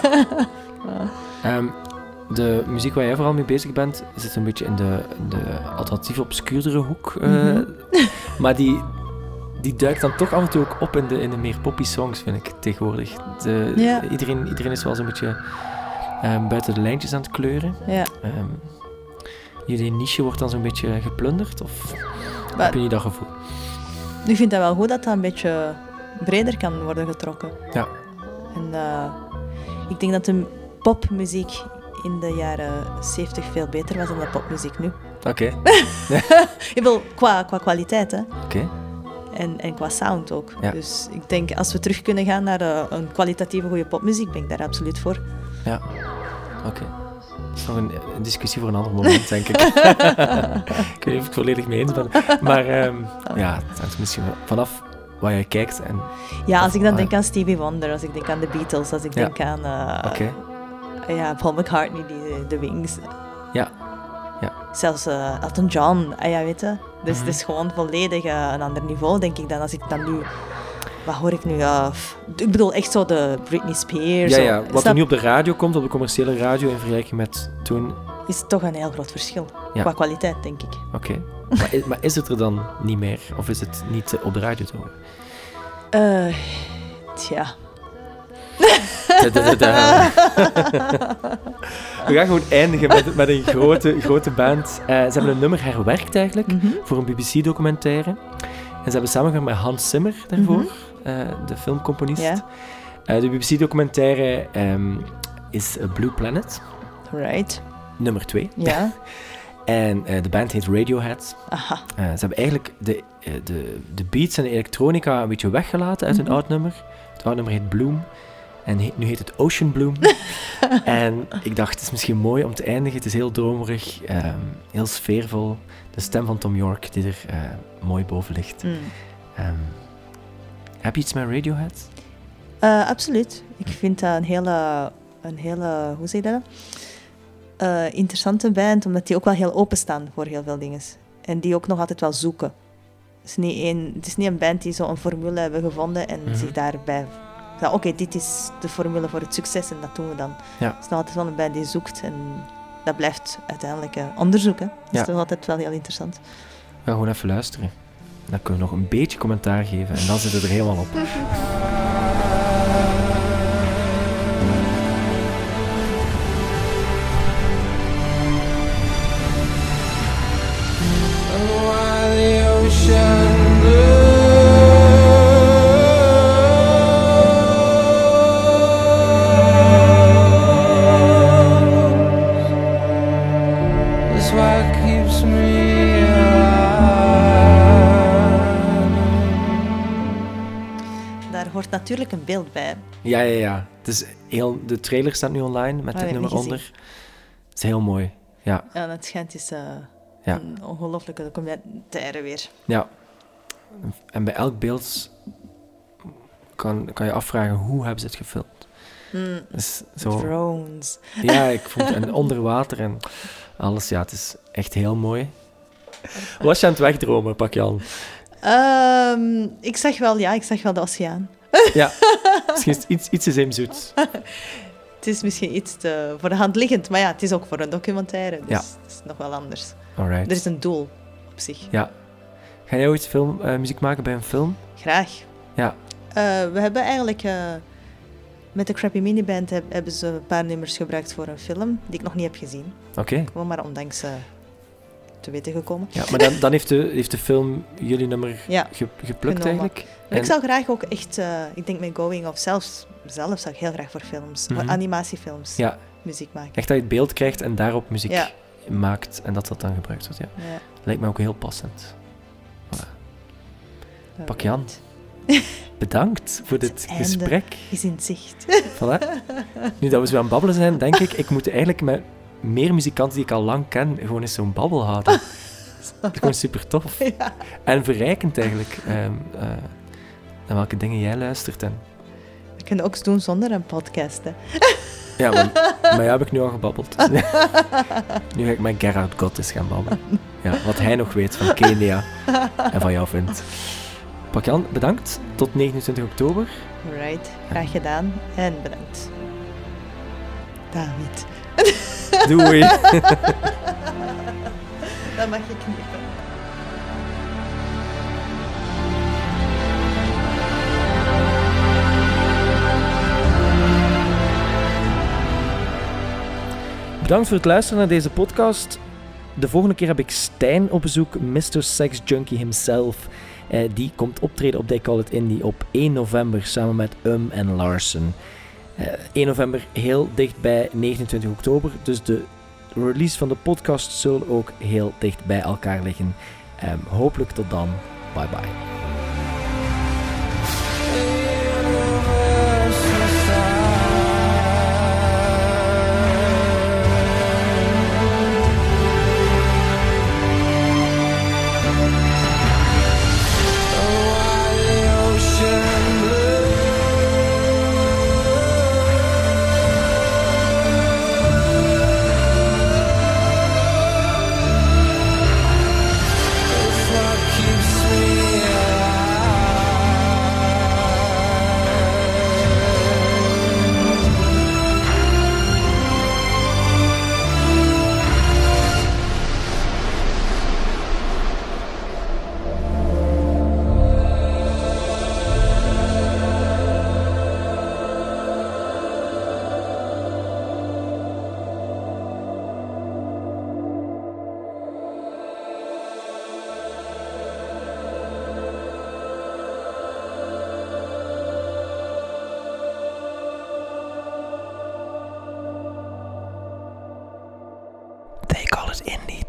De muziek waar jij vooral mee bezig bent, zit een beetje in de alternatieve, obscuurdere hoek. Maar die duikt dan toch af en toe ook op in de meer poppy songs, vind ik, tegenwoordig. Iedereen is wel zo'n beetje buiten de lijntjes aan het kleuren. Ja. Jullie niche wordt dan zo'n beetje geplunderd, of heb je niet dat gevoel? Ik vind dat wel goed dat dat een beetje breder kan worden getrokken. Ja. En ik denk dat de popmuziek in de jaren 70 veel beter was dan de popmuziek nu. Oké. Ik bedoel, qua kwaliteit, hè. Oké. En qua sound ook. Ja. Dus ik denk, als we terug kunnen gaan naar een kwalitatieve goede popmuziek, ben ik daar absoluut voor. Ja. Oké. Dat is nog een discussie voor een ander moment, denk ik. Ik weet niet of ik het volledig mee eens ben. Maar ja, het hangt misschien vanaf waar jij kijkt. En, ja, als ik dan denk aan Stevie Wonder, als ik denk aan de Beatles, als ik denk aan Paul McCartney, de Wings. Ja. Ja. Zelfs Elton John, ja, weet je. Dus het is gewoon volledig een ander niveau, denk ik, dan als ik dan nu... Wat hoor ik nu? Ik bedoel, echt zo de Britney Spears. Ja. Wat er nu op de radio komt, op de commerciële radio, in vergelijking met toen... Is toch een heel groot verschil. Qua kwaliteit, denk ik. Oké. Maar is het er dan niet meer? Of is het niet op de radio te horen? Tja. We gaan gewoon eindigen met een grote band. Ze hebben een nummer herwerkt eigenlijk, voor een BBC-documentaire. En ze hebben samengewerkt met Hans Zimmer daarvoor, de filmcomponist. Yeah. De BBC-documentaire is Blue Planet. Right. Nummer 2. Ja. En de band heet Radiohead. Aha. Ze hebben eigenlijk de beats en de elektronica een beetje weggelaten uit hun oud nummer. Het oude nummer heet Bloom. En nu heet het Ocean Bloom. En ik dacht, het is misschien mooi om te eindigen. Het is heel dromerig, heel sfeervol. De stem van Tom York die er mooi boven ligt. Heb je iets met Radiohead? Absoluut. Ik vind dat een hele hoe zeg je dat? Interessante band, omdat die ook wel heel openstaan voor heel veel dingen. En die ook nog altijd wel zoeken. Het is niet een band die zo een formule hebben gevonden en zich daarbij... Oké, dit is de formule voor het succes en dat doen we dan. Ja. Het is nog altijd wel een band die zoekt en dat blijft uiteindelijk onderzoeken. Dus dat is altijd wel heel interessant. We gaan gewoon even luisteren. Dan kunnen we nog een beetje commentaar geven en dan zit het er helemaal op. Natuurlijk een beeld bij. Ja. Het is de trailer staat nu online met dit nummer onder. Het is heel mooi. Ja, en het schijnt is een ongelooflijke documentaire weer. Ja. En bij elk beeld kan je afvragen hoe hebben ze het gefilmd. Dus zo, drones. Ja, ik vond het en onder water en alles. Ja, het is echt heel mooi. Was je aan het wegdromen, Pak-Jan? Ik zag wel de oceaan. Ja, misschien is het iets te zeemzoet. Het is misschien iets te voor de hand liggend, maar ja, het is ook voor een documentaire, dus het is nog wel anders. Alright. Er is een doel op zich. Ja. Ga jij ooit muziek maken bij een film? Graag. Ja. We hebben eigenlijk... met de Crappy Miniband hebben ze een paar nummers gebruikt voor een film, die ik nog niet heb gezien. Oké. Gewoon maar ondanks... te weten gekomen. Ja, maar dan heeft de film jullie nummer geplukt genomen. Eigenlijk. Maar ik zou graag ook echt, ik denk met Going of zelf zou ik heel graag voor films, voor animatiefilms, muziek maken. Echt dat je het beeld krijgt en daarop muziek maakt en dat dan gebruikt wordt. Ja. Lijkt me ook heel passend. Voilà. Pak-Jan, bedankt voor dit gesprek. Is in zicht. Voilà. Nu dat we zo aan het babbelen zijn, denk ik moet eigenlijk met meer muzikanten die ik al lang ken, gewoon eens zo'n babbel houden. Dat is gewoon super tof. Ja. En verrijkend eigenlijk. Naar welke dingen jij luistert. En ik kunnen ook doen zonder een podcast. Hè. Ja, maar heb ik nu al gebabbeld. Nu ga ik met Gerard Gottis gaan babbelen. Ja, wat hij nog weet van Kenia en van jou vindt. Pakjan, bedankt. Tot 29 oktober. Alright, graag gedaan en bedankt. David. Doei. Dat mag je knippen. Bedankt voor het luisteren naar deze podcast. De volgende keer heb ik Stijn op bezoek, Mr. Sex Junkie himself. Die komt optreden op They Call It Indie op 1 november samen met en Larsen. 1 november heel dicht bij 29 oktober, dus de release van de podcast zullen ook heel dicht bij elkaar liggen. Hopelijk tot dan. Bye bye. They Call It Indie.